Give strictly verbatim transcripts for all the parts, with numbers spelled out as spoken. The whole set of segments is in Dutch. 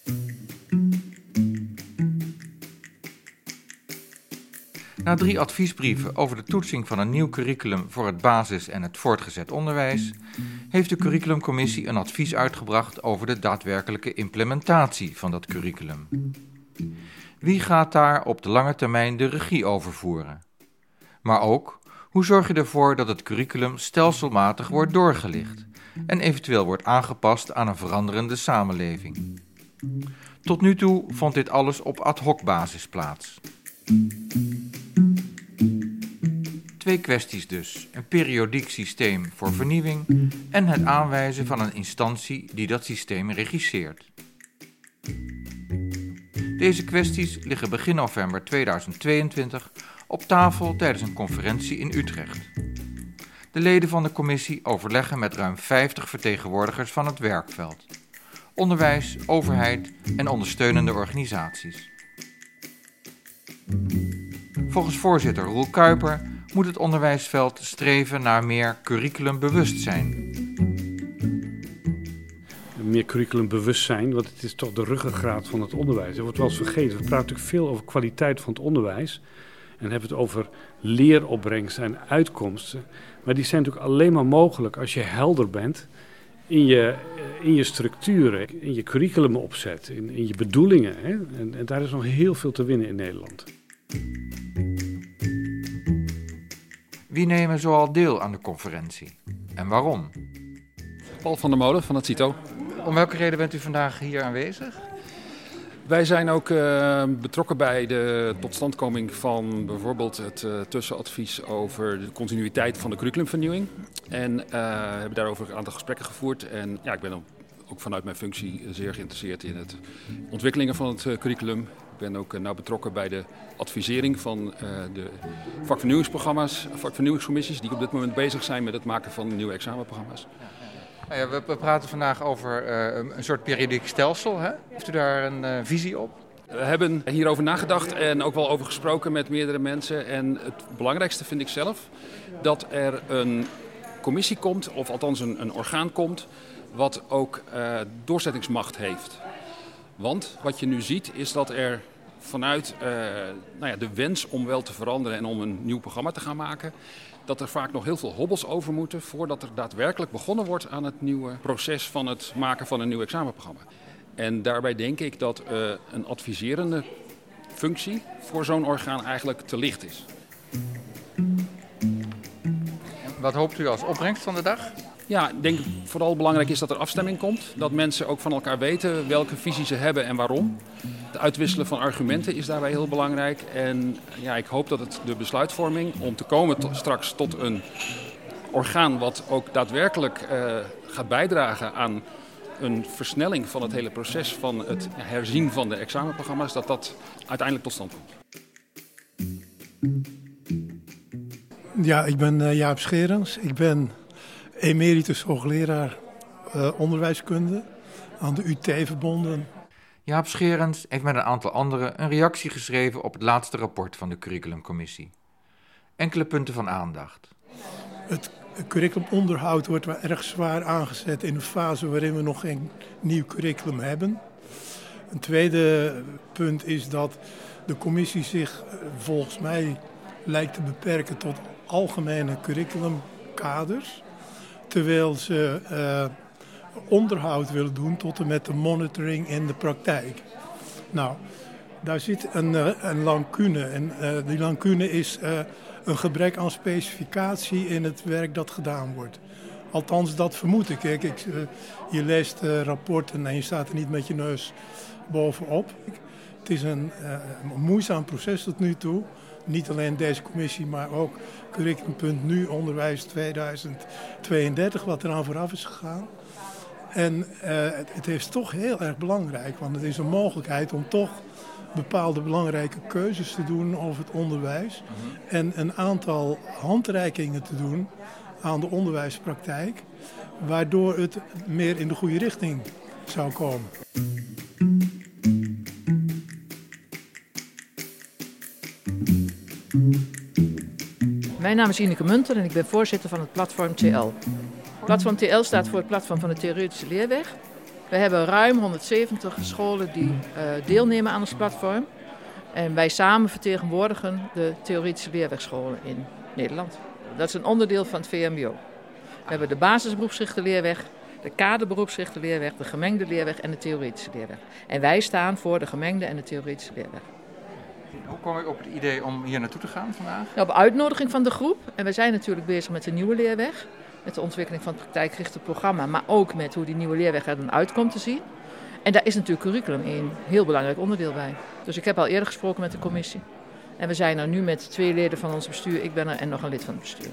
Na drie adviesbrieven over de toetsing van een nieuw curriculum voor het basis- en het voortgezet onderwijs, heeft de curriculumcommissie een advies uitgebracht over de daadwerkelijke implementatie van dat curriculum. Wie gaat daar op de lange termijn de regie over voeren? Maar ook, hoe zorg je ervoor dat het curriculum stelselmatig wordt doorgelicht en eventueel wordt aangepast aan een veranderende samenleving? Tot nu toe vond dit alles op ad hoc basis plaats. Twee kwesties dus, een periodiek systeem voor vernieuwing en het aanwijzen van een instantie die dat systeem regisseert. Deze kwesties liggen begin november tweeduizend tweeëntwintig op tafel tijdens een conferentie in Utrecht. De leden van de commissie overleggen met ruim vijftig vertegenwoordigers van het werkveld, onderwijs, overheid en ondersteunende organisaties. Volgens voorzitter Roel Kuiper moet het onderwijsveld streven naar meer curriculumbewustzijn. Meer curriculumbewustzijn, want het is toch de ruggengraat van het onderwijs. Er wordt wel eens vergeten, we praten natuurlijk veel over kwaliteit van het onderwijs en hebben het over leeropbrengsten en uitkomsten. Maar die zijn natuurlijk alleen maar mogelijk als je helder bent in je, in je structuren, in je curriculumopzet, in, in je bedoelingen. Hè? En, en daar is nog heel veel te winnen in Nederland. Wie nemen zoal deel aan de conferentie en waarom? Paul van der Molen van het CITO. Om welke reden bent u vandaag hier aanwezig? Wij zijn ook uh, betrokken bij de totstandkoming van bijvoorbeeld het uh, tussenadvies over de continuïteit van de curriculumvernieuwing. En uh, hebben daarover een aantal gesprekken gevoerd. En ja, ik ben ook vanuit mijn functie zeer geïnteresseerd in het ontwikkelingen van het uh, curriculum. Ik ben ook uh, nauw betrokken bij de advisering van uh, de vakvernieuwingsprogramma's, vakvernieuwingscommissies die op dit moment bezig zijn met het maken van nieuwe examenprogramma's. Nou ja, we, we praten vandaag over uh, een soort periodiek stelsel. Hè? Heeft u daar een uh, visie op? We hebben hierover nagedacht en ook wel over gesproken met meerdere mensen. En het belangrijkste vind ik zelf dat er een commissie komt, of althans een, een orgaan komt, wat ook uh, doorzettingsmacht heeft. Want wat je nu ziet is dat er vanuit uh, nou ja, de wens om wel te veranderen en om een nieuw programma te gaan maken, dat er vaak nog heel veel hobbels over moeten voordat er daadwerkelijk begonnen wordt aan het nieuwe proces van het maken van een nieuw examenprogramma. En daarbij denk ik dat uh, een adviserende functie voor zo'n orgaan eigenlijk te licht is. Wat hoopt u als opbrengst van de dag? Ja, ik denk vooral belangrijk is dat er afstemming komt. Dat mensen ook van elkaar weten welke visie ze hebben en waarom. Het uitwisselen van argumenten is daarbij heel belangrijk. En ja, ik hoop dat het de besluitvorming om te komen to- straks tot een orgaan wat ook daadwerkelijk uh, gaat bijdragen aan een versnelling van het hele proces van het herzien van de examenprogramma's, dat dat uiteindelijk tot stand komt. Ja, ik ben uh, Jaap Scherens. Ik ben emeritus hoogleraar uh, onderwijskunde aan de U T verbonden. Jaap Scherens heeft met een aantal anderen een reactie geschreven op het laatste rapport van de curriculumcommissie. Enkele punten van aandacht. Het curriculumonderhoud wordt wel erg zwaar aangezet in een fase waarin we nog geen nieuw curriculum hebben. Een tweede punt is dat de commissie zich volgens mij lijkt te beperken tot algemene curriculumkaders, terwijl ze uh, onderhoud willen doen tot en met de monitoring in de praktijk. Nou, daar zit een, uh, een lacune en uh, die lacune is uh, een gebrek aan specificatie in het werk dat gedaan wordt. Althans, dat vermoed ik. Kijk, ik uh, je leest uh, rapporten en je staat er niet met je neus bovenop. Het is een, uh, een moeizaam proces tot nu toe. Niet alleen deze commissie, maar ook Curriculum.nu, Onderwijs tweeduizend tweeëndertig, wat eraan vooraf is gegaan. En uh, het, het is toch heel erg belangrijk, want het is een mogelijkheid om toch bepaalde belangrijke keuzes te doen over het onderwijs. Mm-hmm. En een aantal handreikingen te doen aan de onderwijspraktijk, waardoor het meer in de goede richting zou komen. Mijn naam is Ineke Munter en ik ben voorzitter van het platform T L. Platform T L staat voor het platform van de Theoretische Leerweg. We hebben ruim honderdzeventig scholen die uh, deelnemen aan ons platform. En wij samen vertegenwoordigen de theoretische leerwegscholen in Nederland. Dat is een onderdeel van het V M B O. We hebben de basisberoepsgerichte leerweg, de kaderberoepsgerichte leerweg, de gemengde leerweg en de theoretische leerweg. En wij staan voor de gemengde en de theoretische leerweg. Hoe kwam u op het idee om hier naartoe te gaan vandaag? Nou, op uitnodiging van de groep. En we zijn natuurlijk bezig met de nieuwe leerweg. Met de ontwikkeling van het praktijkgerichte programma. Maar ook met hoe die nieuwe leerweg er dan uit komt te zien. En daar is natuurlijk curriculum een heel belangrijk onderdeel bij. Dus ik heb al eerder gesproken met de commissie. En we zijn er nu met twee leden van ons bestuur. Ik ben er en nog een lid van het bestuur.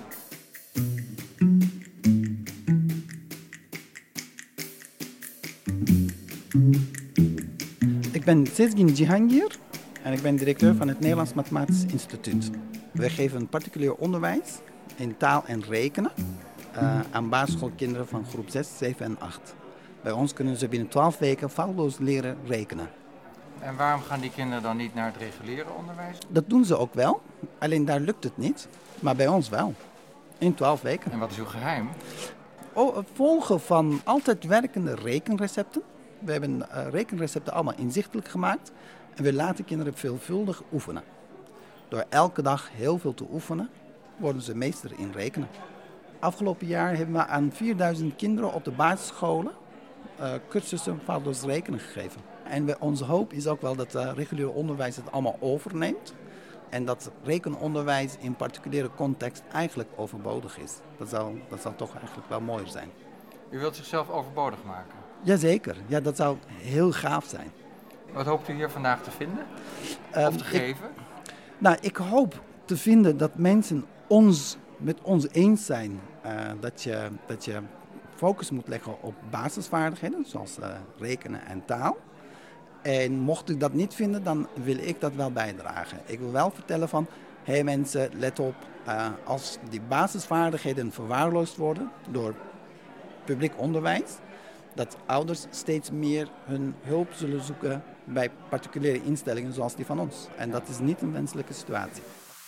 Ik ben Sezgin Cihangir en ik ben directeur van het Nederlands Mathematisch Instituut. Wij geven particulier onderwijs in taal en rekenen uh, aan basisschoolkinderen van groep zes, zeven en acht. Bij ons kunnen ze binnen twaalf weken foutloos leren rekenen. En waarom gaan die kinderen dan niet naar het reguliere onderwijs? Dat doen ze ook wel, alleen daar lukt het niet, maar bij ons wel. In twaalf weken. En wat is uw geheim? Oh, het volgen van altijd werkende rekenrecepten. We hebben uh, rekenrecepten allemaal inzichtelijk gemaakt en we laten kinderen veelvuldig oefenen. Door elke dag heel veel te oefenen, worden ze meester in rekenen. Afgelopen jaar hebben we aan vierduizend kinderen op de basisscholen uh, cursussen foutloos rekenen gegeven. En we, onze hoop is ook wel dat het uh, reguliere onderwijs het allemaal overneemt. En dat rekenonderwijs in particuliere context eigenlijk overbodig is. Dat zou, dat zou toch eigenlijk wel mooier zijn. U wilt zichzelf overbodig maken? Jazeker, ja, dat zou heel gaaf zijn. Wat hoopt u hier vandaag te vinden? Um, of te geven? Ik, nou, ik hoop te vinden dat mensen ons, met ons eens zijn uh, dat, je, dat je focus moet leggen op basisvaardigheden, zoals uh, rekenen en taal. En mocht ik dat niet vinden, dan wil ik dat wel bijdragen. Ik wil wel vertellen van, hé hey mensen, let op, uh, als die basisvaardigheden verwaarloosd worden door publiek onderwijs, dat ouders steeds meer hun hulp zullen zoeken bij particuliere instellingen zoals die van ons. En dat is niet een wenselijke situatie.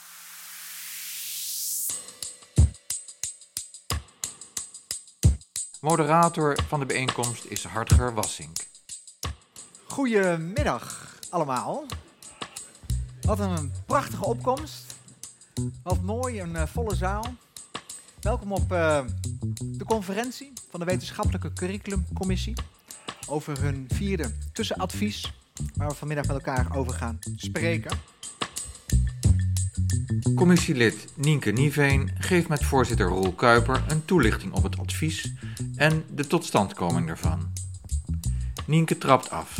Moderator van de bijeenkomst is Hartger Wassink. Goedemiddag allemaal. Wat een prachtige opkomst. Wat mooi, een uh, volle zaal. Welkom op uh, de conferentie van de Wetenschappelijke Curriculumcommissie over hun vierde tussenadvies, waar we vanmiddag met elkaar over gaan spreken. Commissielid Nienke Nieveen geeft met voorzitter Roel Kuiper een toelichting op het advies en de totstandkoming ervan. Nienke trapt af.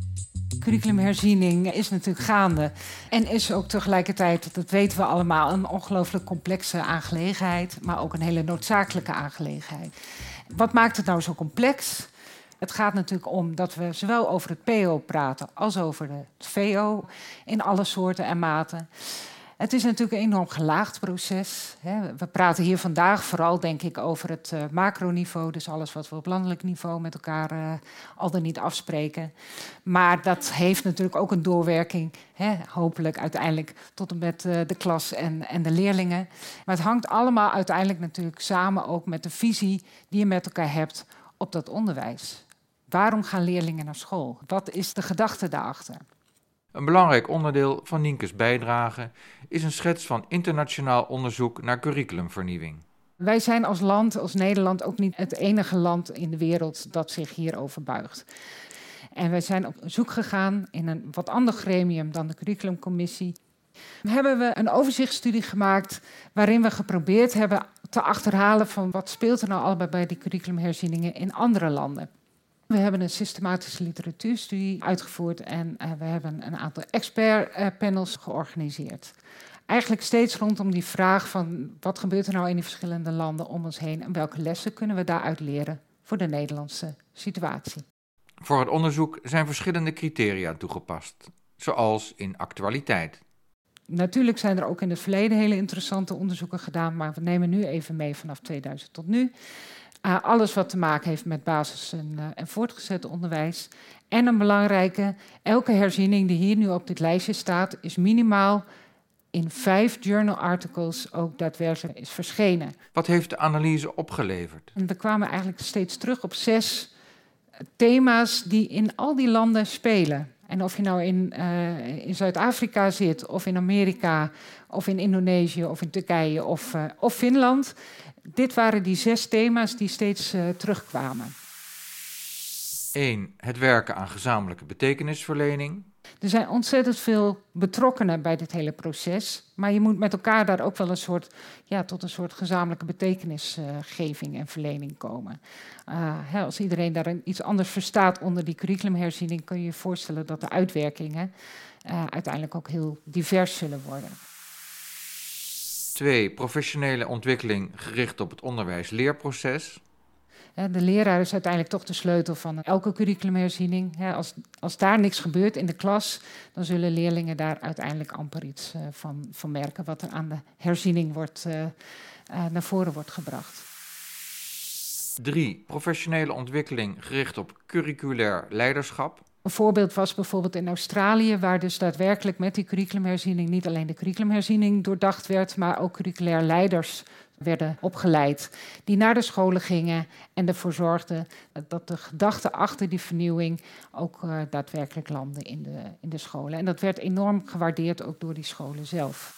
Curriculumherziening is natuurlijk gaande en is ook tegelijkertijd, dat weten we allemaal, een ongelooflijk complexe aangelegenheid, maar ook een hele noodzakelijke aangelegenheid. Wat maakt het nou zo complex? Het gaat natuurlijk om dat we zowel over het P O praten als over het V O in alle soorten en maten. Het is natuurlijk een enorm gelaagd proces. We praten hier vandaag vooral, denk ik, over het uh, macroniveau. Dus alles wat we op landelijk niveau met elkaar uh, al dan niet afspreken. Maar dat heeft natuurlijk ook een doorwerking, hè, hopelijk uiteindelijk tot en met uh, de klas en, en de leerlingen. Maar het hangt allemaal uiteindelijk natuurlijk samen ook met de visie die je met elkaar hebt op dat onderwijs. Waarom gaan leerlingen naar school? Wat is de gedachte daarachter? Een belangrijk onderdeel van Nienkes bijdrage is een schets van internationaal onderzoek naar curriculumvernieuwing. Wij zijn als land, als Nederland, ook niet het enige land in de wereld dat zich hierover buigt. En wij zijn op zoek gegaan in een wat ander gremium dan de curriculumcommissie. Hebben we een overzichtsstudie gemaakt waarin we geprobeerd hebben te achterhalen van wat speelt er nou allebei bij die curriculumherzieningen in andere landen. We hebben een systematische literatuurstudie uitgevoerd en uh, we hebben een aantal expertpanels uh, georganiseerd. Eigenlijk steeds rondom die vraag van wat gebeurt er nou in die verschillende landen om ons heen en welke lessen kunnen we daaruit leren voor de Nederlandse situatie. Voor het onderzoek zijn verschillende criteria toegepast, zoals in actualiteit. Natuurlijk zijn er ook in het verleden hele interessante onderzoeken gedaan, maar we nemen nu even mee vanaf tweeduizend tot nu. Uh, alles wat te maken heeft met basis- en, uh, en voortgezet onderwijs. En een belangrijke, elke herziening die hier nu op dit lijstje staat, is minimaal in vijf journal articles ook daadwerkelijk is verschenen. Wat heeft de analyse opgeleverd? En we kwamen eigenlijk steeds terug op zes thema's die in al die landen spelen. En of je nou in, uh, in Zuid-Afrika zit, of in Amerika, of in Indonesië, of in Turkije, of, uh, of Finland. Dit waren die zes thema's die steeds uh, terugkwamen. één. Het werken aan gezamenlijke betekenisverlening. Er zijn ontzettend veel betrokkenen bij dit hele proces. Maar je moet met elkaar daar ook wel een soort, ja, tot een soort gezamenlijke betekenisgeving uh, en verlening komen. Uh, hè, als iedereen daar een, iets anders verstaat onder die curriculumherziening, kun je je voorstellen dat de uitwerkingen uh, uiteindelijk ook heel divers zullen worden. twee. Professionele ontwikkeling gericht op het onderwijs-leerproces. De leraar is uiteindelijk toch de sleutel van elke curriculumherziening. Als, als daar niks gebeurt in de klas, dan zullen leerlingen daar uiteindelijk amper iets uh, van, van merken wat er aan de herziening wordt, uh, uh, naar voren wordt gebracht. drie. Professionele ontwikkeling gericht op curriculair leiderschap. Een voorbeeld was bijvoorbeeld in Australië, waar dus daadwerkelijk met die curriculumherziening niet alleen de curriculumherziening doordacht werd, maar ook curriculair leiders werden opgeleid, die naar de scholen gingen en ervoor zorgden dat de gedachte achter die vernieuwing ook uh, daadwerkelijk landde in de, in de scholen. En dat werd enorm gewaardeerd ook door die scholen zelf.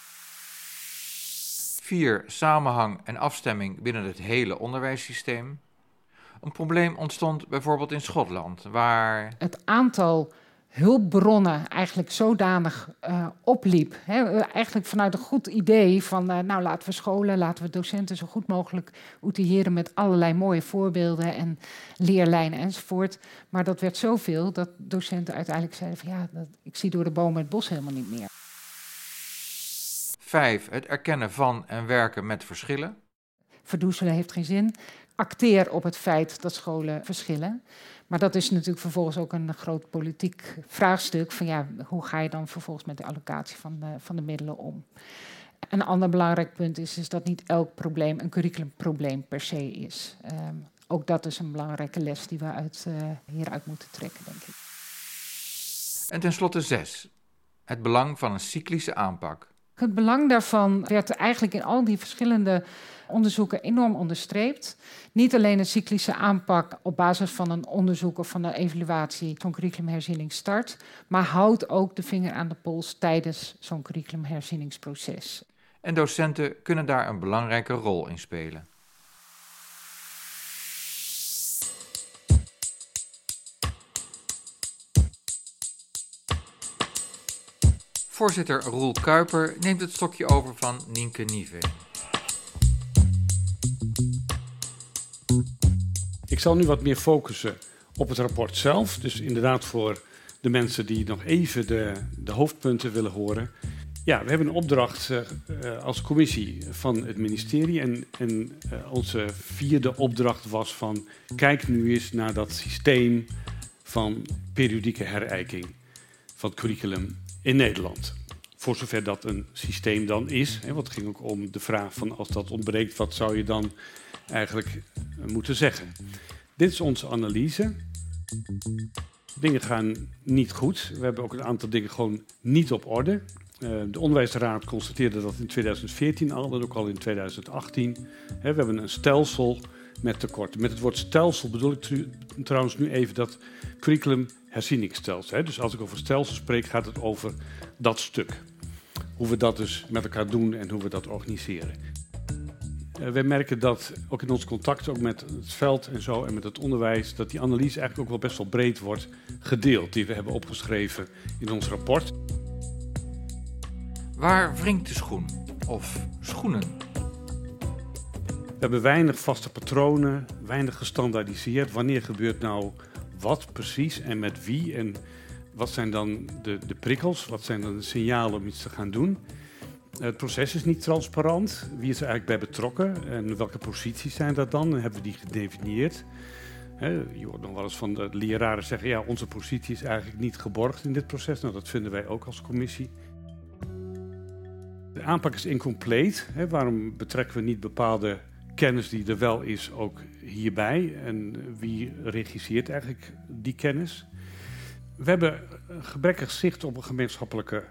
vier. Samenhang en afstemming binnen het hele onderwijssysteem. Een probleem ontstond bijvoorbeeld in Schotland, waar het aantal hulpbronnen eigenlijk zodanig uh, opliep. Hè, eigenlijk vanuit een goed idee van, uh, nou laten we scholen, laten we docenten zo goed mogelijk outilleren met allerlei mooie voorbeelden en leerlijnen enzovoort. Maar dat werd zoveel dat docenten uiteindelijk zeiden van ja, dat, ik zie door de bomen het bos helemaal niet meer. vijf. Het erkennen van en werken met verschillen. Verdoezelen heeft geen zin. Acteer op het feit dat scholen verschillen. Maar dat is natuurlijk vervolgens ook een groot politiek vraagstuk. Van ja, hoe ga je dan vervolgens met de allocatie van de, van de middelen om? Een ander belangrijk punt is, is dat niet elk probleem een curriculumprobleem per se is. Um, ook dat is een belangrijke les die we uit, uh, hieruit moeten trekken, denk ik. En tenslotte zes. Het belang van een cyclische aanpak. Het belang daarvan werd eigenlijk in al die verschillende onderzoeken enorm onderstreept. Niet alleen een cyclische aanpak op basis van een onderzoek of van een evaluatie zo'n curriculumherziening start, maar houdt ook de vinger aan de pols tijdens zo'n curriculumherzieningsproces. En docenten kunnen daar een belangrijke rol in spelen. Voorzitter Roel Kuiper neemt het stokje over van Nienke Nieveen. Ik zal nu wat meer focussen op het rapport zelf. Dus inderdaad voor de mensen die nog even de, de hoofdpunten willen horen. Ja, we hebben een opdracht uh, als commissie van het ministerie. En, en uh, onze vierde opdracht was van kijk nu eens naar dat systeem van periodieke herijking van het curriculum in Nederland. Voor zover dat een systeem dan is. Hè, want het ging ook om de vraag van als dat ontbreekt, wat zou je dan eigenlijk uh, moeten zeggen. Dit is onze analyse. Dingen gaan niet goed. We hebben ook een aantal dingen gewoon niet op orde. Uh, de Onderwijsraad constateerde dat in tweeduizend veertien al en ook al in tweeduizend achttien. Hè, we hebben een stelsel met tekorten. Met het woord stelsel bedoel ik tru- trouwens nu even dat curriculumherzieningsstelsel. Hè. Dus als ik over stelsel spreek, gaat het over dat stuk. Hoe we dat dus met elkaar doen en hoe we dat organiseren. Uh, wij merken dat ook in ons contact ook met het veld en zo en met het onderwijs, dat die analyse eigenlijk ook wel best wel breed wordt gedeeld, die we hebben opgeschreven in ons rapport. Waar wringt de schoen? Of schoenen? We hebben weinig vaste patronen, weinig gestandaardiseerd. Wanneer gebeurt nou wat precies en met wie? En wat zijn dan de, de prikkels? Wat zijn dan de signalen om iets te gaan doen? Het proces is niet transparant. Wie is er eigenlijk bij betrokken? En welke posities zijn dat dan? En hebben we die gedefinieerd? He, je hoort nog wel eens van de leraren zeggen, ja, onze positie is eigenlijk niet geborgd in dit proces. Nou, dat vinden wij ook als commissie. De aanpak is incompleet. He, waarom betrekken we niet bepaalde kennis die er wel is ook hierbij? En wie regisseert eigenlijk die kennis? We hebben een gebrekkig zicht op een gemeenschappelijke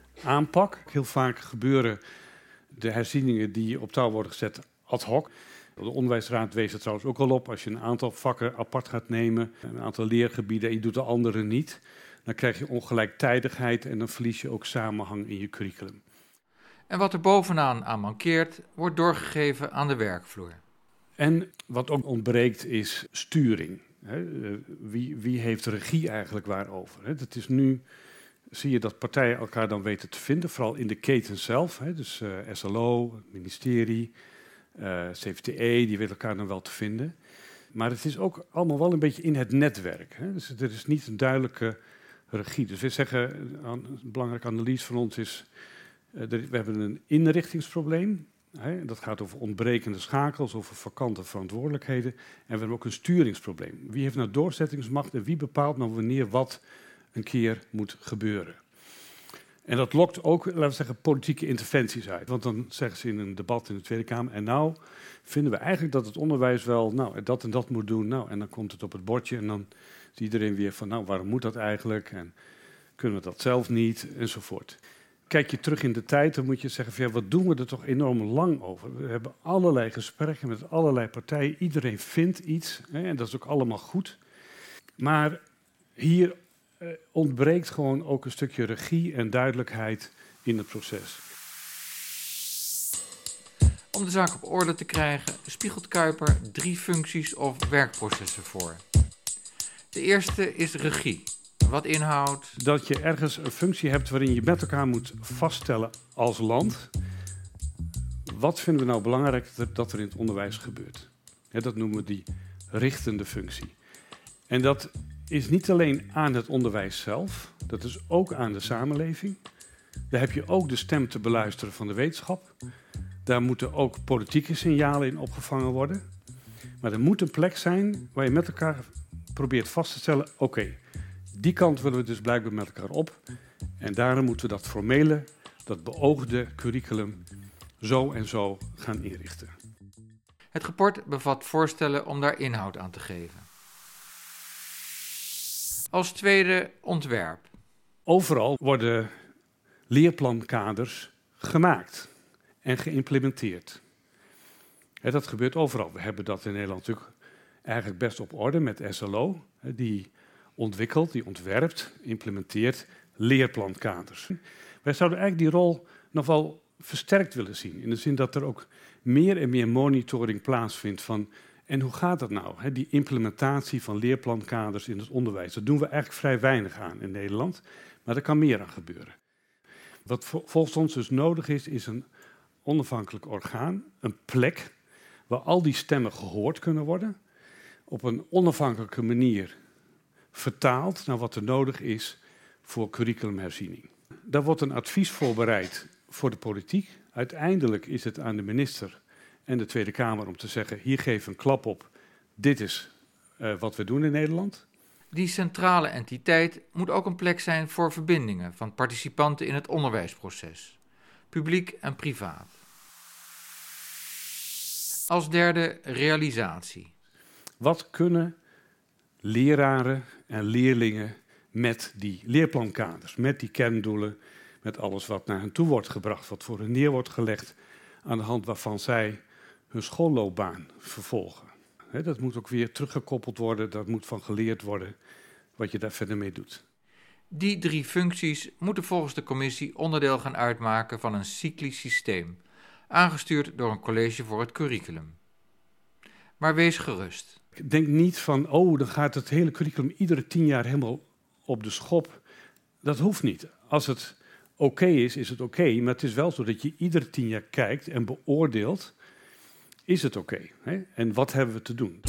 aanpak. Heel vaak gebeuren de herzieningen die op touw worden gezet ad hoc. De onderwijsraad wees er trouwens ook al op. Als je een aantal vakken apart gaat nemen, een aantal leergebieden en je doet de andere niet, dan krijg je ongelijktijdigheid en dan verlies je ook samenhang in je curriculum. En wat er bovenaan aan mankeert, wordt doorgegeven aan de werkvloer. En wat ook ontbreekt is sturing. Wie, wie heeft regie eigenlijk waarover? Het is nu, zie je dat partijen elkaar dan weten te vinden, vooral in de keten zelf. Dus S L O, het ministerie, uh, C V T E, die weten elkaar dan wel te vinden. Maar het is ook allemaal wel een beetje in het netwerk. Hè? Dus er is niet een duidelijke regie. Dus we zeggen, een belangrijke analyse van ons is, uh, er, we hebben een inrichtingsprobleem. Hè? Dat gaat over ontbrekende schakels, over vakante verantwoordelijkheden. En we hebben ook een sturingsprobleem. Wie heeft nou doorzettingsmacht en wie bepaalt nou wanneer wat een keer moet gebeuren? En dat lokt ook, laten we zeggen, politieke interventies uit. Want dan zeggen ze in een debat in de Tweede Kamer, en nou vinden we eigenlijk dat het onderwijs wel, nou, dat en dat moet doen. Nou, en dan komt het op het bordje en dan is iedereen weer van, nou, waarom moet dat eigenlijk? En kunnen we dat zelf niet? Enzovoort. Kijk je terug in de tijd, dan moet je zeggen, van, ja, wat doen we er toch enorm lang over? We hebben allerlei gesprekken met allerlei partijen. Iedereen vindt iets, hè, en dat is ook allemaal goed. Maar hier Uh, ontbreekt gewoon ook een stukje regie en duidelijkheid in het proces. Om de zaak op orde te krijgen, spiegelt Kuiper drie functies of werkprocessen voor. De eerste is regie, wat inhoudt dat je ergens een functie hebt waarin je met elkaar moet vaststellen als land, wat vinden we nou belangrijk dat er in het onderwijs gebeurt. Ja, dat noemen we die richtende functie. En dat is niet alleen aan het onderwijs zelf, dat is ook aan de samenleving. Daar heb je ook de stem te beluisteren van de wetenschap. Daar moeten ook politieke signalen in opgevangen worden. Maar er moet een plek zijn waar je met elkaar probeert vast te stellen, oké, okay, die kant willen we dus blijkbaar met elkaar op. En daarom moeten we dat formele, dat beoogde curriculum zo en zo gaan inrichten. Het rapport bevat voorstellen om daar inhoud aan te geven. Als tweede ontwerp. Overal worden leerplankaders gemaakt en geïmplementeerd. En dat gebeurt overal. We hebben dat in Nederland natuurlijk eigenlijk best op orde met S L O. Die ontwikkelt, die ontwerpt, implementeert leerplankaders. Wij zouden eigenlijk die rol nog wel versterkt willen zien. In de zin dat er ook meer en meer monitoring plaatsvindt van, en hoe gaat dat nou, hè, die implementatie van leerplankaders in het onderwijs? Dat doen we eigenlijk vrij weinig aan in Nederland, maar er kan meer aan gebeuren. Wat volgens ons dus nodig is, is een onafhankelijk orgaan, een plek waar al die stemmen gehoord kunnen worden, op een onafhankelijke manier vertaald naar wat er nodig is voor curriculumherziening. Daar wordt een advies voorbereid voor de politiek. Uiteindelijk is het aan de minister en de Tweede Kamer om te zeggen, hier geef een klap op, dit is uh, wat we doen in Nederland. Die centrale entiteit moet ook een plek zijn voor verbindingen van participanten in het onderwijsproces, publiek en privaat. Als derde realisatie. Wat kunnen leraren en leerlingen met die leerplankaders, met die kerndoelen, met alles wat naar hen toe wordt gebracht, wat voor hen neer wordt gelegd, aan de hand waarvan zij hun schoolloopbaan vervolgen. He, dat moet ook weer teruggekoppeld worden, daar moet van geleerd worden wat je daar verder mee doet. Die drie functies moeten volgens de commissie onderdeel gaan uitmaken van een cyclisch systeem, aangestuurd door een college voor het curriculum. Maar wees gerust. Ik denk niet van, oh, dan gaat het hele curriculum iedere tien jaar helemaal op de schop. Dat hoeft niet. Als het oké okay is, is het oké. Okay, maar het is wel zo dat je iedere tien jaar kijkt en beoordeelt, is het oké? Okay, en wat hebben we te doen?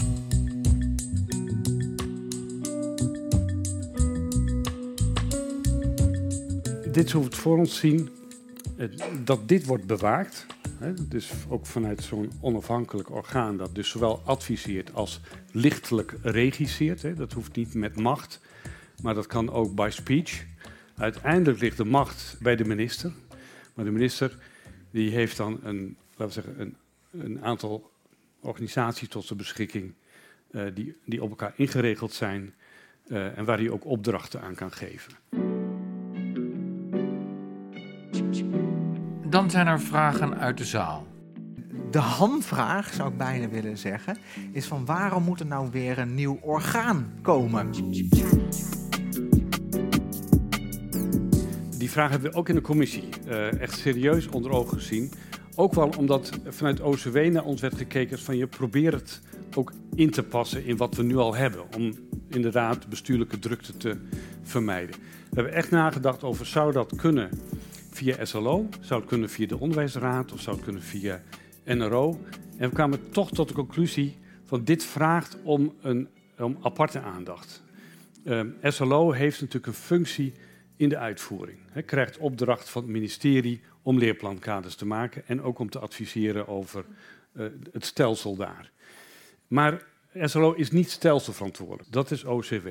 Dit hoeft voor ons zien dat dit wordt bewaakt. Hè, dus ook vanuit zo'n onafhankelijk orgaan dat dus zowel adviseert als lichtelijk regisseert. Hè. Dat hoeft niet met macht, maar dat kan ook by speech. Uiteindelijk ligt de macht bij de minister. Maar de minister die heeft dan een, laten we zeggen, een, een aantal organisaties tot zijn beschikking uh, die, die op elkaar ingeregeld zijn uh, en waar hij ook opdrachten aan kan geven. Dan zijn er vragen uit de zaal. de hamvraag, zou ik bijna willen zeggen, is van waarom moet er nou weer een nieuw orgaan komen? Die vraag hebben we ook in de commissie uh, echt serieus onder ogen gezien. Ook wel omdat vanuit O C W naar ons werd gekeken van je probeert het ook in te passen in wat we nu al hebben. Om inderdaad bestuurlijke drukte te vermijden. We hebben echt nagedacht over zou dat kunnen via S L O, zou het kunnen via de onderwijsraad of zou het kunnen via N R O. En we kwamen toch tot de conclusie van dit vraagt om een om aparte aandacht. Uh, S L O heeft natuurlijk een functie in de uitvoering. Hij krijgt opdracht van het ministerie om leerplankaders te maken en ook om te adviseren over uh, het stelsel daar. Maar S L O is niet stelselverantwoordelijk, dat is O C W.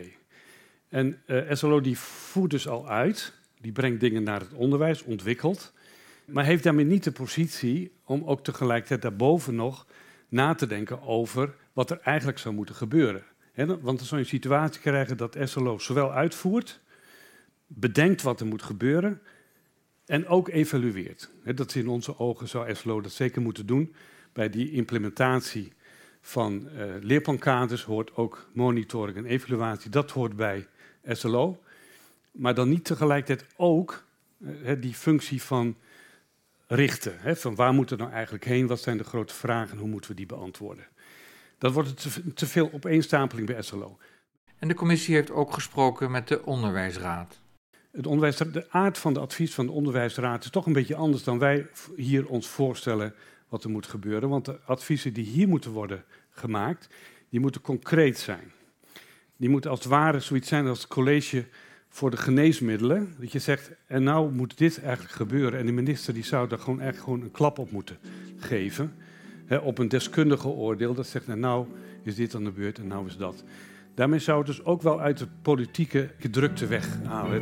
En uh, S L O die voert dus al uit, die brengt dingen naar het onderwijs, ontwikkelt, maar heeft daarmee niet de positie om ook tegelijkertijd daarboven nog na te denken over wat er eigenlijk zou moeten gebeuren. He, want dan zou je een situatie krijgen dat S L O zowel uitvoert, bedenkt wat er moet gebeuren en ook evalueert. He, dat is in onze ogen zou S L O dat zeker moeten doen. Bij die implementatie van uh, leerplankaders hoort ook monitoring en evaluatie. Dat hoort bij S L O. Maar dan niet tegelijkertijd ook uh, die functie van richten. Hè, van waar moet het nou eigenlijk heen? Wat zijn de grote vragen en hoe moeten we die beantwoorden? Dat wordt te, te veel opeenstapeling bij S L O. En de commissie heeft ook gesproken met de onderwijsraad. Het onderwijs, de aard van de advies van de onderwijsraad is toch een beetje anders dan wij hier ons voorstellen wat er moet gebeuren. Want de adviezen die hier moeten worden gemaakt, die moeten concreet zijn. Die moeten als het ware zoiets zijn als het college voor de geneesmiddelen. Dat je zegt, en nou moet dit eigenlijk gebeuren. En de minister die zou daar gewoon echt gewoon een klap op moeten geven. Hè, op een deskundige oordeel. Dat zegt, nou, nou is dit aan de beurt en nou is dat. Daarmee zou het dus ook wel uit de politieke drukte weghalen.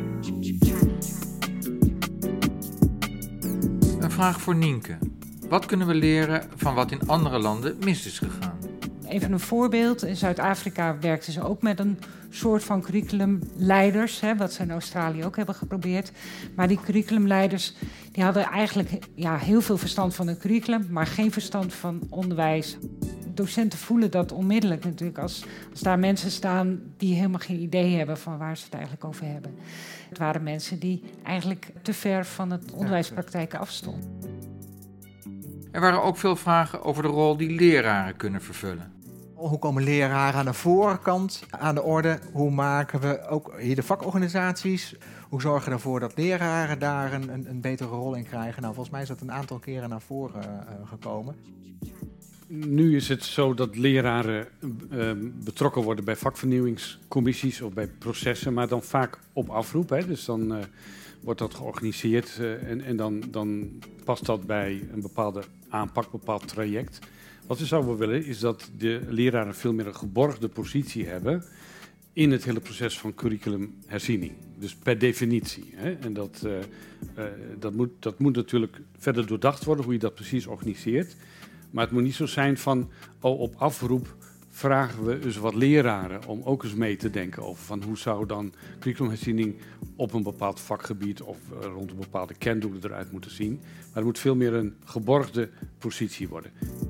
Een vraag voor Nienke. Wat kunnen we leren van wat in andere landen mis is gegaan? Even een voorbeeld. In Zuid-Afrika werkten ze ook met een soort van curriculumleiders, hè, wat ze in Australië ook hebben geprobeerd. Maar die curriculumleiders die hadden eigenlijk ja, heel veel verstand van het curriculum, maar geen verstand van onderwijs. Docenten voelen dat onmiddellijk natuurlijk als, als daar mensen staan die helemaal geen idee hebben van waar ze het eigenlijk over hebben. Het waren mensen die eigenlijk te ver van het onderwijspraktijk afstonden. Er waren ook veel vragen over de rol die leraren kunnen vervullen. Hoe komen leraren aan de voorkant aan de orde? Hoe maken we ook hier de vakorganisaties? Hoe zorgen we ervoor dat leraren daar een, een, een betere rol in krijgen? Nou, volgens mij is dat een aantal keren naar voren uh, gekomen. Nu is het zo dat leraren uh, betrokken worden bij vakvernieuwingscommissies of bij processen, maar dan vaak op afroep. Hè. Dus dan uh, wordt dat georganiseerd uh, en, en dan, dan past dat bij een bepaalde aanpak, een bepaald traject. Wat we zouden willen is dat de leraren veel meer een geborgde positie hebben in het hele proces van curriculumherziening. Dus per definitie. Hè. En dat, uh, uh, dat, moet, dat moet natuurlijk verder doordacht worden hoe je dat precies organiseert. Maar het moet niet zo zijn van, oh, op afroep vragen we dus wat leraren om ook eens mee te denken over van hoe zou dan curriculumherziening op een bepaald vakgebied of uh, rond een bepaalde kerndoelen eruit moeten zien. Maar het moet veel meer een geborgde positie worden.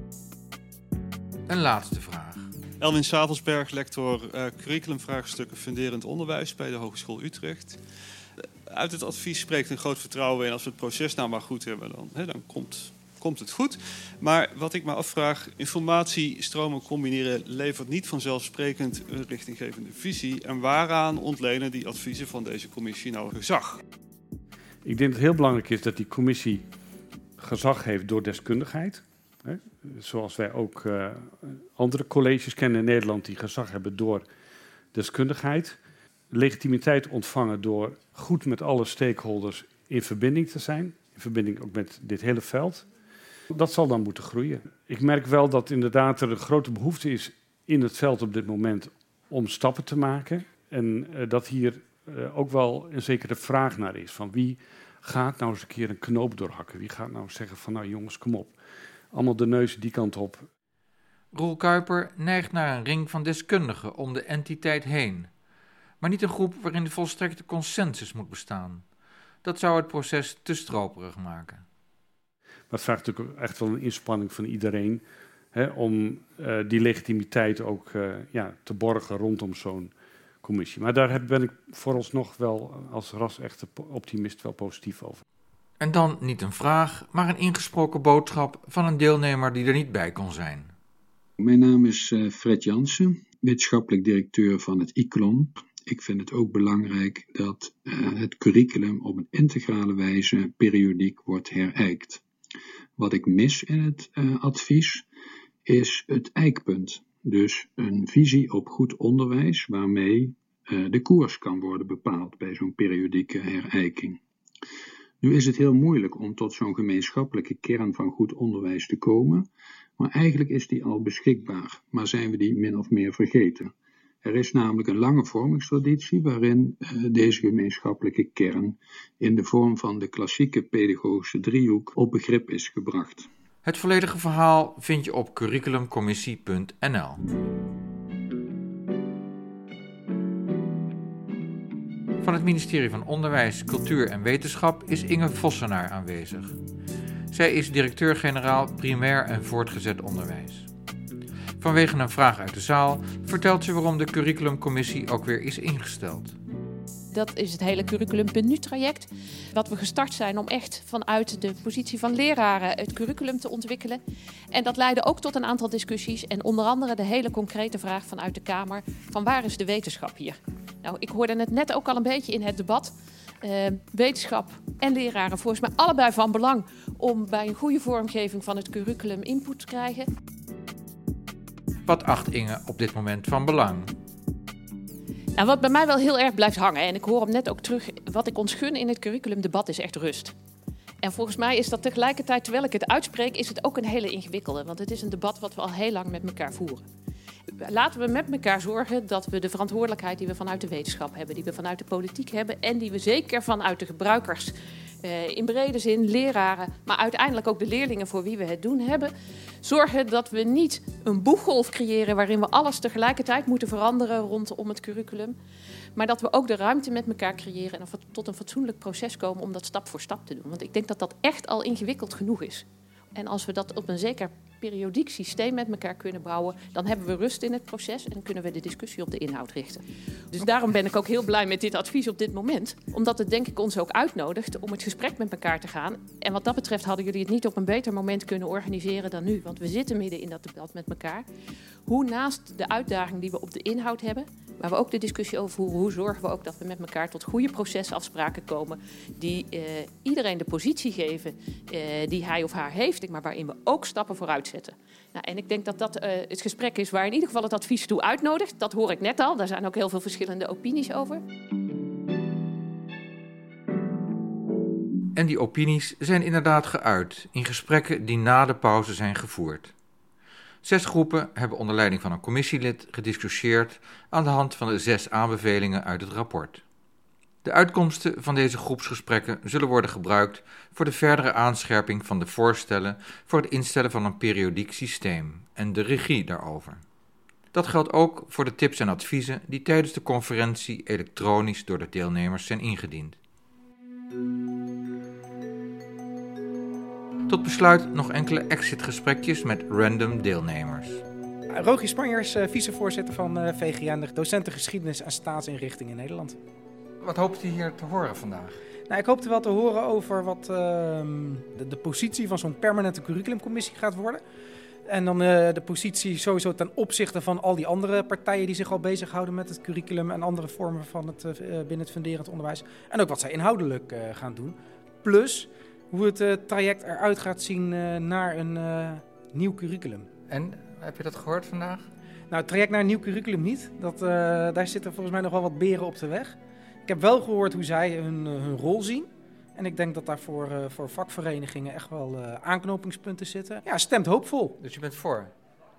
Een laatste vraag. Elwin Savelsberg, lector uh, curriculumvraagstukken funderend onderwijs bij de Hogeschool Utrecht. Uit het advies spreekt een groot vertrouwen in als we het proces nou maar goed hebben, dan, hè, dan komt, komt het goed. Maar wat ik me afvraag, informatiestromen combineren levert niet vanzelfsprekend een richtinggevende visie. En waaraan ontlenen die adviezen van deze commissie nou gezag? Ik denk dat het heel belangrijk is dat die commissie gezag heeft door deskundigheid. Hè? Zoals wij ook uh, andere colleges kennen in Nederland die gezag hebben door deskundigheid. Legitimiteit ontvangen door goed met alle stakeholders in verbinding te zijn. In verbinding ook met dit hele veld. Dat zal dan moeten groeien. Ik merk wel dat inderdaad er een grote behoefte is in het veld op dit moment om stappen te maken. En uh, dat hier uh, ook wel een zekere vraag naar is. Van wie gaat nou eens een keer een knoop doorhakken? Wie gaat nou zeggen van nou jongens, kom op. Allemaal de neus die kant op. Roel Kuiper neigt naar een ring van deskundigen om de entiteit heen. Maar niet een groep waarin de volstrekte consensus moet bestaan. Dat zou het proces te stroperig maken. het vraagt natuurlijk echt wel een inspanning van iedereen, hè, om uh, die legitimiteit ook uh, ja, te borgen rondom zo'n commissie. Maar daar ben ik vooralsnog wel als ras-echte optimist wel positief over. En dan niet een vraag, maar een ingesproken boodschap van een deelnemer die er niet bij kon zijn. Mijn naam is uh, Fred Jansen, wetenschappelijk directeur van het I C L O M. Ik vind het ook belangrijk dat uh, het curriculum op een integrale wijze periodiek wordt herijkt. Wat ik mis in het uh, advies is het eikpunt. Dus een visie op goed onderwijs waarmee uh, de koers kan worden bepaald bij zo'n periodieke herijking. Nu is het heel moeilijk om tot zo'n gemeenschappelijke kern van goed onderwijs te komen, maar eigenlijk is die al beschikbaar, maar zijn we die min of meer vergeten. Er is namelijk een lange vormingstraditie waarin uh, deze gemeenschappelijke kern in de vorm van de klassieke pedagogische driehoek op begrip is gebracht. Het volledige verhaal vind je op curriculumcommissie punt n l. Van het ministerie van Onderwijs, Cultuur en Wetenschap is Inge Vossenaar aanwezig. Zij is directeur-generaal primair en voortgezet onderwijs. Vanwege een vraag uit de zaal vertelt ze waarom de curriculumcommissie ook weer is ingesteld. Dat is het hele curriculum punt n u traject. Wat we gestart zijn om echt vanuit de positie van leraren het curriculum te ontwikkelen. En dat leidde ook tot een aantal discussies. En onder andere de hele concrete vraag vanuit de Kamer: van waar is de wetenschap hier? Nou, ik hoorde het net ook al een beetje in het debat. Uh, wetenschap en leraren volgens mij allebei van belang om bij een goede vormgeving van het curriculum input te krijgen. Wat acht Inge op dit moment van belang? Nou, wat bij mij wel heel erg blijft hangen, en ik hoor hem net ook terug, wat ik ons gun in het curriculumdebat is echt rust. En volgens mij is dat tegelijkertijd, terwijl ik het uitspreek, is het ook een hele ingewikkelde. Want het is een debat wat we al heel lang met elkaar voeren. Laten we met elkaar zorgen dat we de verantwoordelijkheid die we vanuit de wetenschap hebben, die we vanuit de politiek hebben en die we zeker vanuit de gebruikers, uh, in brede zin, leraren, maar uiteindelijk ook de leerlingen voor wie we het doen hebben, zorgen dat we niet een boeggolf creëren waarin we alles tegelijkertijd moeten veranderen rondom het curriculum, maar dat we ook de ruimte met elkaar creëren en tot een fatsoenlijk proces komen om dat stap voor stap te doen. Want ik denk dat dat echt al ingewikkeld genoeg is. En als we dat op een zeker periodiek systeem met elkaar kunnen bouwen, dan hebben we rust in het proces en kunnen we de discussie op de inhoud richten. Dus daarom ben ik ook heel blij met dit advies op dit moment. Omdat het denk ik ons ook uitnodigt om het gesprek met elkaar te gaan. En wat dat betreft hadden jullie het niet op een beter moment kunnen organiseren dan nu. Want we zitten midden in dat debat met elkaar. Hoe naast de uitdaging die we op de inhoud hebben, maar we ook de discussie over hoe, hoe zorgen we ook dat we met elkaar tot goede procesafspraken komen die uh, iedereen de positie geven uh, die hij of haar heeft, maar waarin we ook stappen vooruit zetten. Nou, en ik denk dat dat uh, het gesprek is waar in ieder geval het advies toe uitnodigt. Dat hoor ik net al, daar zijn ook heel veel verschillende opinies over. En die opinies zijn inderdaad geuit in gesprekken die na de pauze zijn gevoerd. Zes groepen hebben onder leiding van een commissielid gediscussieerd aan de hand van de zes aanbevelingen uit het rapport. De uitkomsten van deze groepsgesprekken zullen worden gebruikt voor de verdere aanscherping van de voorstellen voor het instellen van een periodiek systeem en de regie daarover. Dat geldt ook voor de tips en adviezen die tijdens de conferentie elektronisch door de deelnemers zijn ingediend. Tot besluit nog enkele exitgesprekjes met random deelnemers. Rogier Spanjers, vicevoorzitter van V G N, docenten geschiedenis en staatsinrichting in Nederland. Wat hoopt u hier te horen vandaag? Nou, ik hoopte wel te horen over wat uh, de, de positie van zo'n permanente curriculumcommissie gaat worden. En dan uh, de positie sowieso ten opzichte van al die andere partijen die zich al bezighouden met het curriculum en andere vormen van het, uh, binnen het funderend onderwijs. En ook wat zij inhoudelijk uh, gaan doen. Plus hoe het uh, traject eruit gaat zien uh, naar een uh, nieuw curriculum. En, heb je dat gehoord vandaag? Nou, het traject naar een nieuw curriculum niet. Dat, uh, daar zitten volgens mij nog wel wat beren op de weg. Ik heb wel gehoord hoe zij hun, hun rol zien. En ik denk dat daar voor, uh, voor vakverenigingen echt wel uh, aanknopingspunten zitten. Ja, stemt hoopvol. Dus je bent voor?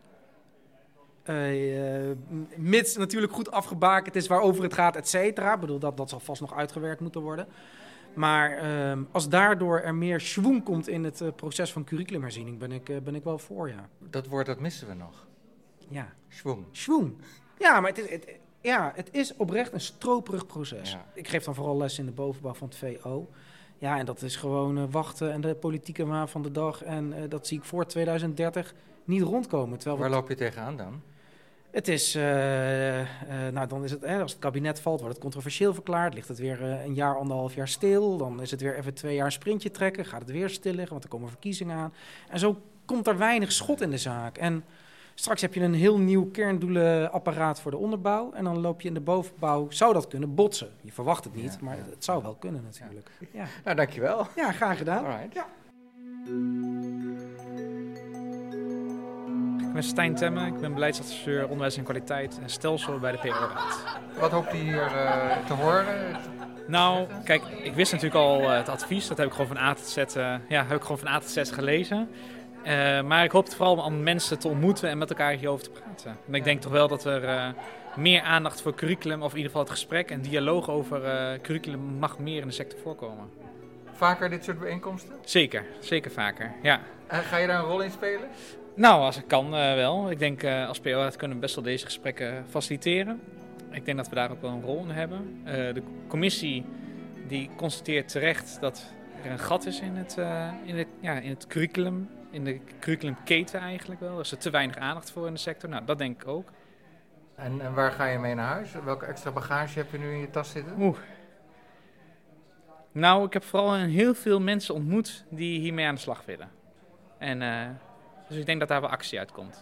Uh, uh, mits natuurlijk goed afgebakend is waarover het gaat, et cetera. Ik bedoel, dat, dat zal vast nog uitgewerkt moeten worden. Maar uh, als daardoor er meer schwung komt in het uh, proces van curriculumherziening, ben ik, uh, ben ik wel voor, ja. Dat woord, dat missen we nog. Ja. Schwung. Schwung. Ja, maar het is... Het, Ja, het is oprecht een stroperig proces. Ja. Ik geef dan vooral les in de bovenbouw van het V O. Ja, en dat is gewoon uh, wachten en de politieke waan van de dag. En uh, dat zie ik voor tweeduizend dertig niet rondkomen. Terwijl Waar we loop je tegenaan dan? Het is, uh, uh, nou dan is het, hè, als het kabinet valt, wordt het controversieel verklaard. Ligt het weer uh, een jaar, anderhalf jaar stil. Dan is het weer even twee jaar een sprintje trekken. Gaat het weer stil liggen, want er komen verkiezingen aan. En zo komt er weinig schot in de zaak. En straks heb je een heel nieuw kerndoelenapparaat voor de onderbouw. En dan loop je in de bovenbouw, zou dat kunnen botsen. Je verwacht het niet, ja, maar ja. het zou wel kunnen natuurlijk. Ja. Ja. Nou, dankjewel. Ja, graag gedaan. Alright. Ja. Ik ben Stijn Temme, ik ben beleidsadviseur onderwijs en kwaliteit en stelsel bij de P O-raad. Wat hoopt u hier uh, te horen? Nou, kijk, ik wist natuurlijk al uh, het advies, dat heb ik gewoon van A tot Z, uh, ja, heb ik gewoon van A tot Z gelezen. Uh, maar ik hoop het vooral om mensen te ontmoeten en met elkaar hierover te praten. En ik denk toch wel dat er uh, meer aandacht voor curriculum, of in ieder geval het gesprek en dialoog over uh, curriculum mag meer in de sector voorkomen. Vaker dit soort bijeenkomsten? Zeker, zeker vaker, ja. En ga je daar een rol in spelen? Nou, als ik kan uh, wel. Ik denk uh, als P O-raad kunnen we best wel deze gesprekken faciliteren. Ik denk dat we daar ook wel een rol in hebben. Uh, de commissie die constateert terecht dat er een gat is in het, uh, in het, ja, in het curriculum. In de curriculumketen eigenlijk wel. Er is er te weinig aandacht voor in de sector. Nou, dat denk ik ook. En, en waar ga je mee naar huis? Welke extra bagage heb je nu in je tas zitten? Oeh. Nou, ik heb vooral heel veel mensen ontmoet die hiermee aan de slag willen. En uh, dus ik denk dat daar wel actie uitkomt.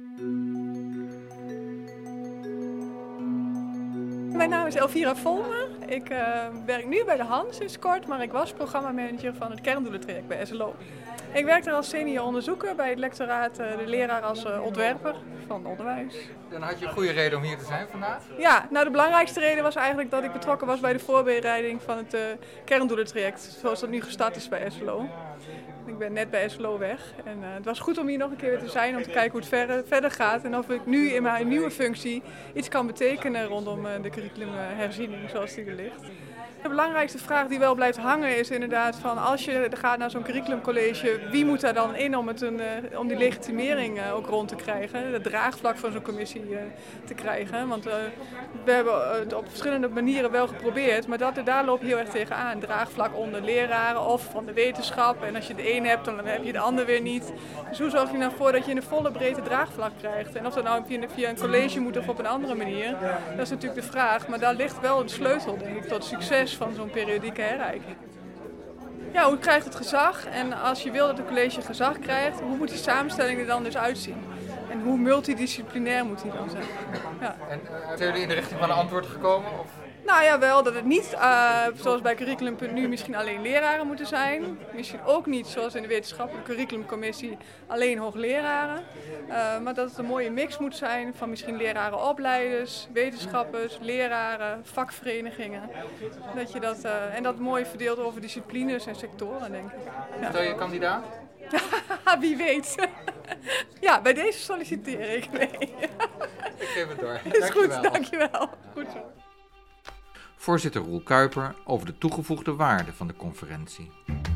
Mijn naam is Elvira Volmer. Ik uh, werk nu bij de H A N sinds kort, maar ik was programmamanager van het kerndoelentraject bij S L O. Ik werk daar als senior onderzoeker bij het lectoraat, uh, de leraar als uh, ontwerper van onderwijs. Dan had je een goede reden om hier te zijn vandaag? Ja, nou de belangrijkste reden was eigenlijk dat ik betrokken was bij de voorbereiding van het uh, kerndoelentraject, zoals dat nu gestart is bij S L O. Ik ben net bij S L O weg en uh, het was goed om hier nog een keer weer te zijn om te kijken hoe het verder, verder gaat en of ik nu in mijn nieuwe functie iets kan betekenen rondom uh, de curriculumherziening zoals die er ligt. De belangrijkste vraag die wel blijft hangen is inderdaad van als je gaat naar zo'n curriculumcollege, wie moet daar dan in om, het een, uh, om die legitimering uh, ook rond te krijgen, het draagvlak van zo'n commissie uh, te krijgen. Want uh, we hebben het op verschillende manieren wel geprobeerd, maar dat, daar loop je heel erg tegenaan. Draagvlak onder leraren of van de wetenschap en als je de een hebt dan heb je de ander weer niet. Dus hoe zorg je nou voor dat je een volle breedte draagvlak krijgt? En of dat nou via een college moet of op een andere manier, dat is natuurlijk de vraag. Maar daar ligt wel een sleutel denk ik tot succes van zo'n periodieke herrijking. Ja, hoe krijgt het gezag? En als je wil dat een college gezag krijgt, hoe moet die samenstelling er dan dus uitzien? En hoe multidisciplinair moet die dan zijn? Ja. En uh, zijn jullie in de richting van een antwoord gekomen? Of? Nou ja, wel dat het niet, uh, zoals bij curriculum punt nu, misschien alleen leraren moeten zijn. Misschien ook niet, zoals in de wetenschappelijke curriculumcommissie, alleen hoogleraren. Uh, maar dat het een mooie mix moet zijn van misschien lerarenopleiders, wetenschappers, leraren, vakverenigingen. Dat je dat, uh, en dat mooi verdeeld over disciplines en sectoren, denk ik. Ja. Stel je kandidaat? Wie weet. Ja, bij deze solliciteer ik. Nee. Ik geef het door. Is goed, dankjewel. Goed zo. Voorzitter Roel Kuiper over de toegevoegde waarde van de conferentie.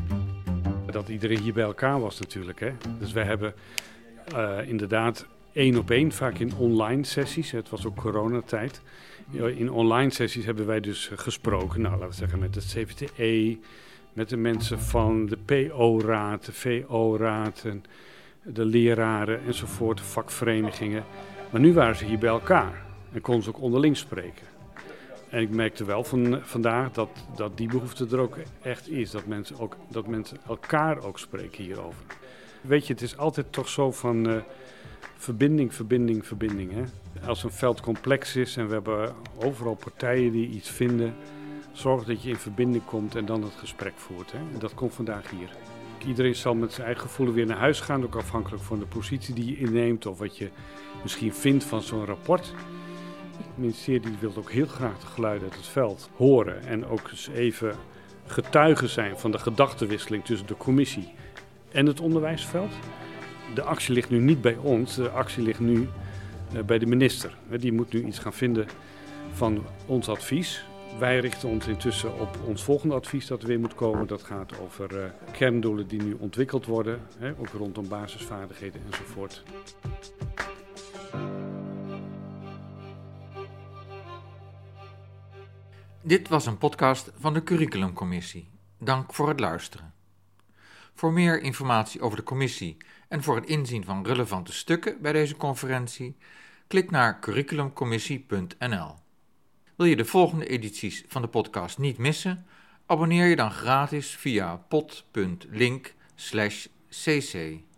Dat iedereen hier bij elkaar was natuurlijk. Hè? Dus wij hebben uh, inderdaad één op één, vaak in online sessies. Het was ook coronatijd. In online sessies hebben wij dus gesproken. Nou, laten we zeggen met het C V T E, met de mensen van de P O-raad, de V O-raad, en de leraren enzovoort, vakverenigingen. Maar nu waren ze hier bij elkaar en konden ze ook onderling spreken. En ik merkte wel van, vandaag dat, dat die behoefte er ook echt is. Dat mensen, ook, dat mensen elkaar ook spreken hierover. Weet je, het is altijd toch zo van uh, verbinding, verbinding, verbinding. Hè? Als een veld complex is en we hebben overal partijen die iets vinden, zorg dat je in verbinding komt en dan het gesprek voert. Hè? En dat komt vandaag hier. Iedereen zal met zijn eigen gevoelen weer naar huis gaan, ook afhankelijk van de positie die je inneemt of wat je misschien vindt van zo'n rapport. Het ministerie wil ook heel graag de geluiden uit het veld horen en ook eens even getuigen zijn van de gedachtenwisseling tussen de commissie en het onderwijsveld. De actie ligt nu niet bij ons, de actie ligt nu uh, bij de minister. Die moet nu iets gaan vinden van ons advies. Wij richten ons intussen op ons volgende advies dat er weer moet komen. Dat gaat over uh, kerndoelen die nu ontwikkeld worden, hè, ook rondom basisvaardigheden enzovoort. Dit was een podcast van de Curriculumcommissie. Dank voor het luisteren. Voor meer informatie over de commissie en voor het inzien van relevante stukken bij deze conferentie, klik naar curriculumcommissie punt n l. Wil je de volgende edities van de podcast niet missen? Abonneer je dan gratis via pod punt link slash cc.